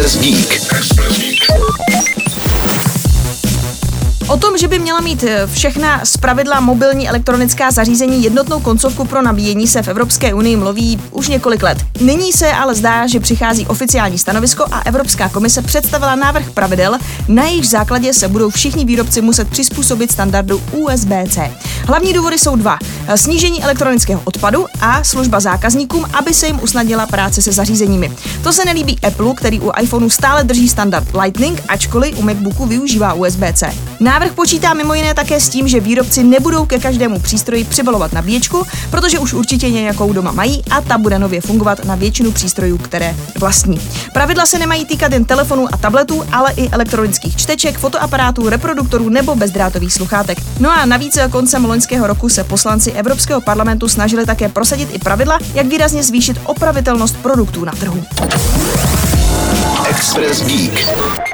Express Geek. O tom, že by měla mít všechna zpravidla mobilní elektronická zařízení jednotnou koncovku pro nabíjení, se v Evropské unii mluví už několik let. Nyní se ale zdá, že přichází oficiální stanovisko a Evropská komise představila návrh pravidel, na jejich základě se budou všichni výrobci muset přizpůsobit standardu USB-C. Hlavní důvody jsou dva: snížení elektronického odpadu a služba zákazníkům, aby se jim usnadnila práce se zařízeními. To se nelíbí Apple, který u iPhoneu stále drží standard Lightning, ačkoliv u MacBooku využívá USB-C. Návrh počítá mimo jiné také s tím, že výrobci nebudou ke každému přístroji přibalovat nabíječku, protože už určitě nějakou doma mají a ta bude nově fungovat na většinu přístrojů, které vlastní. Pravidla se nemají týkat jen telefonů a tabletů, ale i elektronických čteček, fotoaparátů, reproduktorů nebo bezdrátových sluchátek. No a navíc koncem loňského roku se poslanci Evropského parlamentu snažili také prosadit i pravidla, jak výrazně zvýšit opravitelnost produktů na trhu. Express Geek.